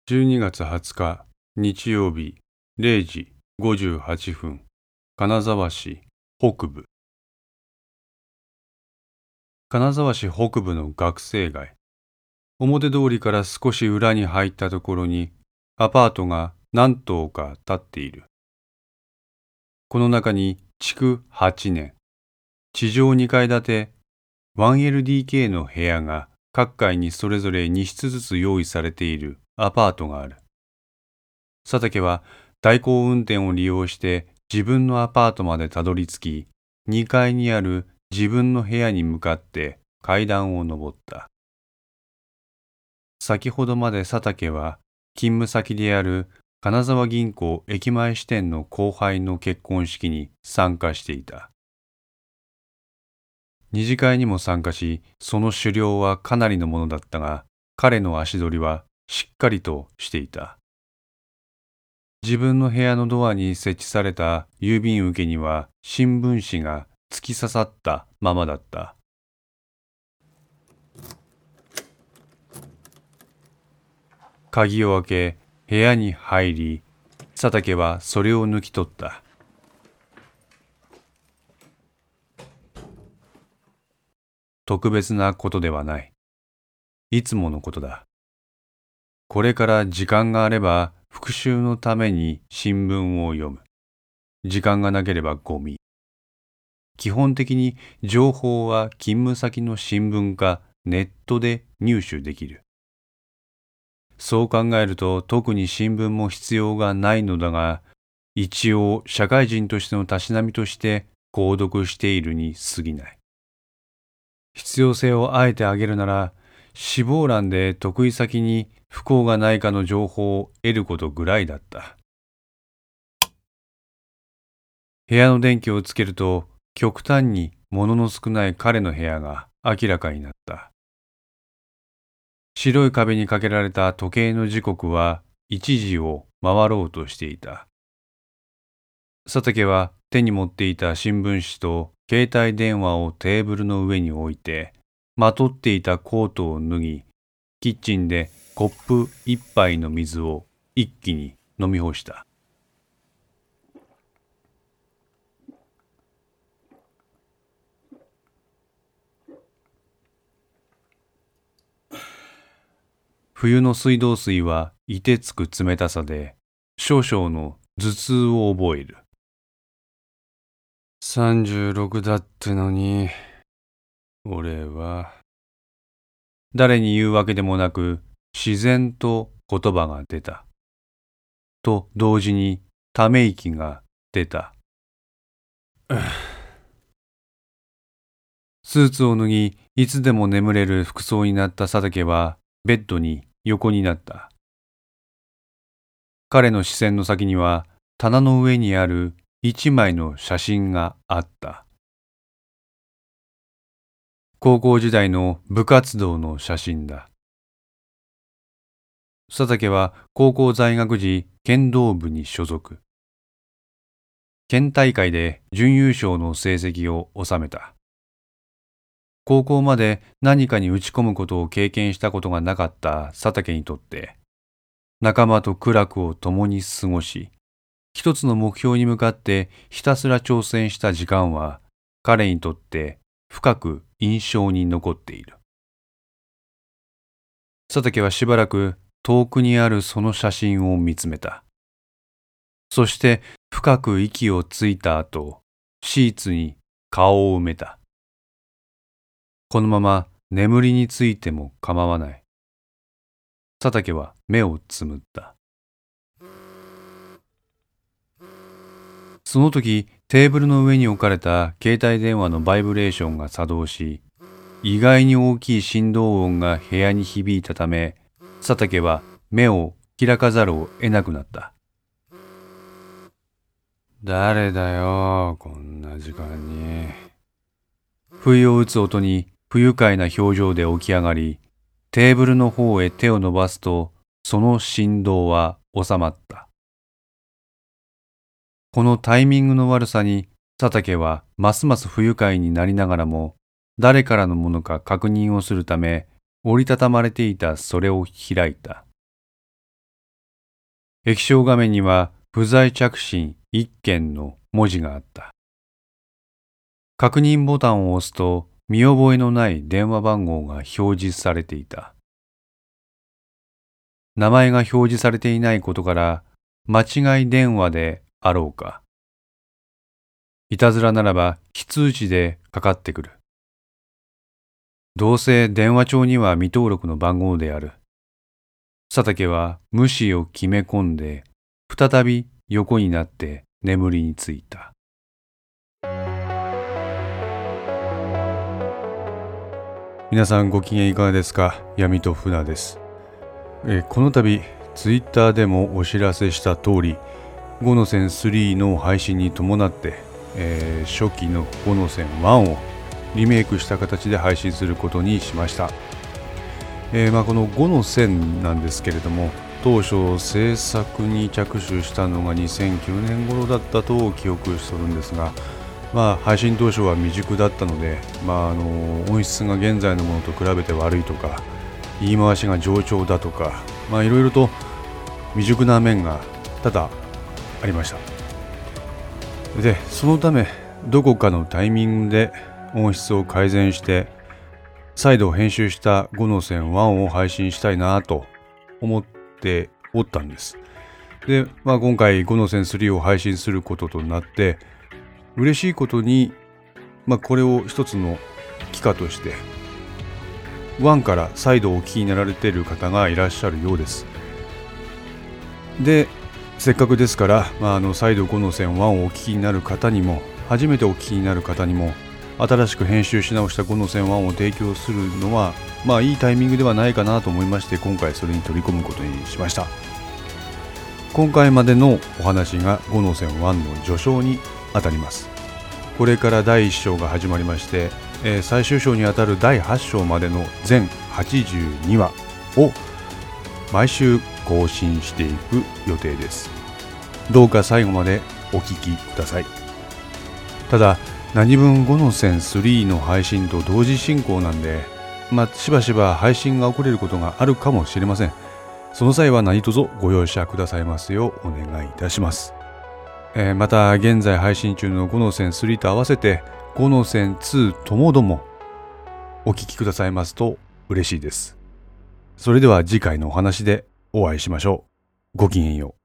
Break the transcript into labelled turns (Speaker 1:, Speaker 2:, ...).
Speaker 1: 12月20日日曜日0時58分、金沢市北部。金沢市北部の学生街。表通りから少し裏に入ったところにアパートが何棟か建っている。この中に築8年、地上2階建て 1LDK の部屋が各階にそれぞれ2室ずつ用意されているアパートがある。佐竹は代行運転を利用して自分のアパートまでたどり着き、2階にある自分の部屋に向かって階段を上った。先ほどまで佐竹は勤務先である金沢銀行駅前支店の後輩の結婚式に参加していた。二次会にも参加し、その酒量はかなりのものだったが、彼の足取りはしっかりとしていた。自分の部屋のドアに設置された郵便受けには新聞紙が突き刺さったままだった。鍵を開け部屋に入り、佐竹はそれを抜き取った。特別なことではない。いつものことだ。これから時間があれば復習のために新聞を読む。時間がなければゴミ。基本的に情報は勤務先の新聞かネットで入手できる。そう考えると特に新聞も必要がないのだが、一応社会人としてのたしなみとして購読しているに過ぎない。必要性をあえて挙げるなら、志望欄で得意先に不幸がないかの情報を得ることぐらいだった。部屋の電気をつけると、極端に物の少ない彼の部屋が明らかになった。白い壁にかけられた時計の時刻は1時を回ろうとしていた。佐竹は手に持っていた新聞紙と携帯電話をテーブルの上に置いて、まとっていたコートを脱ぎ、キッチンでコップ一杯の水を一気に飲み干した。冬の水道水は凍てつく冷たさで少々の頭痛を覚える。36だってのに、俺は。誰に言うわけでもなく自然と言葉が出た。と同時にため息が出た。スーツを脱ぎ、いつでも眠れる服装になった佐竹はベッドに横になった。彼の視線の先には棚の上にある一枚の写真があった。高校時代の部活動の写真だ。佐竹は高校在学時、剣道部に所属。県大会で準優勝の成績を収めた。高校まで何かに打ち込むことを経験したことがなかった佐竹にとって、仲間と苦楽を共に過ごし、一つの目標に向かってひたすら挑戦した時間は、彼にとって深く印象に残っている。佐竹はしばらく遠くにあるその写真を見つめた。そして深く息をついた後、シーツに顔を埋めた。このまま眠りについても構わない。佐竹は目をつむった。その時、テーブルの上に置かれた携帯電話のバイブレーションが作動し、意外に大きい振動音が部屋に響いたため、佐竹は目を開かざるを得なくなった。誰だよ、こんな時間に。不意を打つ音に不愉快な表情で起き上がり、テーブルの方へ手を伸ばすと、その振動は収まった。このタイミングの悪さに佐竹はますます不愉快になりながらも、誰からのものか確認をするため、折りたたまれていたそれを開いた。 液晶画面には不在着信1件の文字があった。確認ボタンを押すと見覚えのない電話番号が表示されていた。名前が表示されていないことから間違い電話であろうか。いたずらならば非通知でかかってくる。どうせ電話帳には未登録の番号である。佐竹は無視を決め込んで、再び横になって眠りについた。皆さんご機嫌いかがですか？闇と船です。この度ツイッターでもお知らせした通り、5の線3の配信に伴って、初期の5の線1をリメイクした形で配信することにしました。この5の線なんですけれども、当初制作に着手したのが2009年頃だったと記憶しておるんですが、配信当初は未熟だったので、音質が現在のものと比べて悪いとか、言い回しが冗長だとか、いろいろと未熟な面が多々ありました。で、そのためどこかのタイミングで音質を改善して再度編集した5の線1を配信したいなと思っておったんです。で、今回5の線3を配信することとなって、嬉しいことに、これを一つの機会として1から再度お聞きになられている方がいらっしゃるようです。で、せっかくですから、再度5の線1をお聞きになる方にも、初めてお聞きになる方にも、新しく編集し直した5の線1を提供するのは、いいタイミングではないかなと思いまして、今回それに取り込むことにしました。今回までのお話が5の線1の序章にあたります。これから第1章が始まりまして、最終章にあたる第8章までの全82話を毎週更新していく予定です。どうか最後までお聞きください。ただ、何分5の線3の配信と同時進行なんで、しばしば配信が遅れることがあるかもしれません。その際は何卒ご容赦くださいますようお願いいたします。また現在配信中の5の線3と合わせて5の線2ともどもお聞きくださいますと嬉しいです。それでは次回のお話でお会いしましょう。ごきげんよう。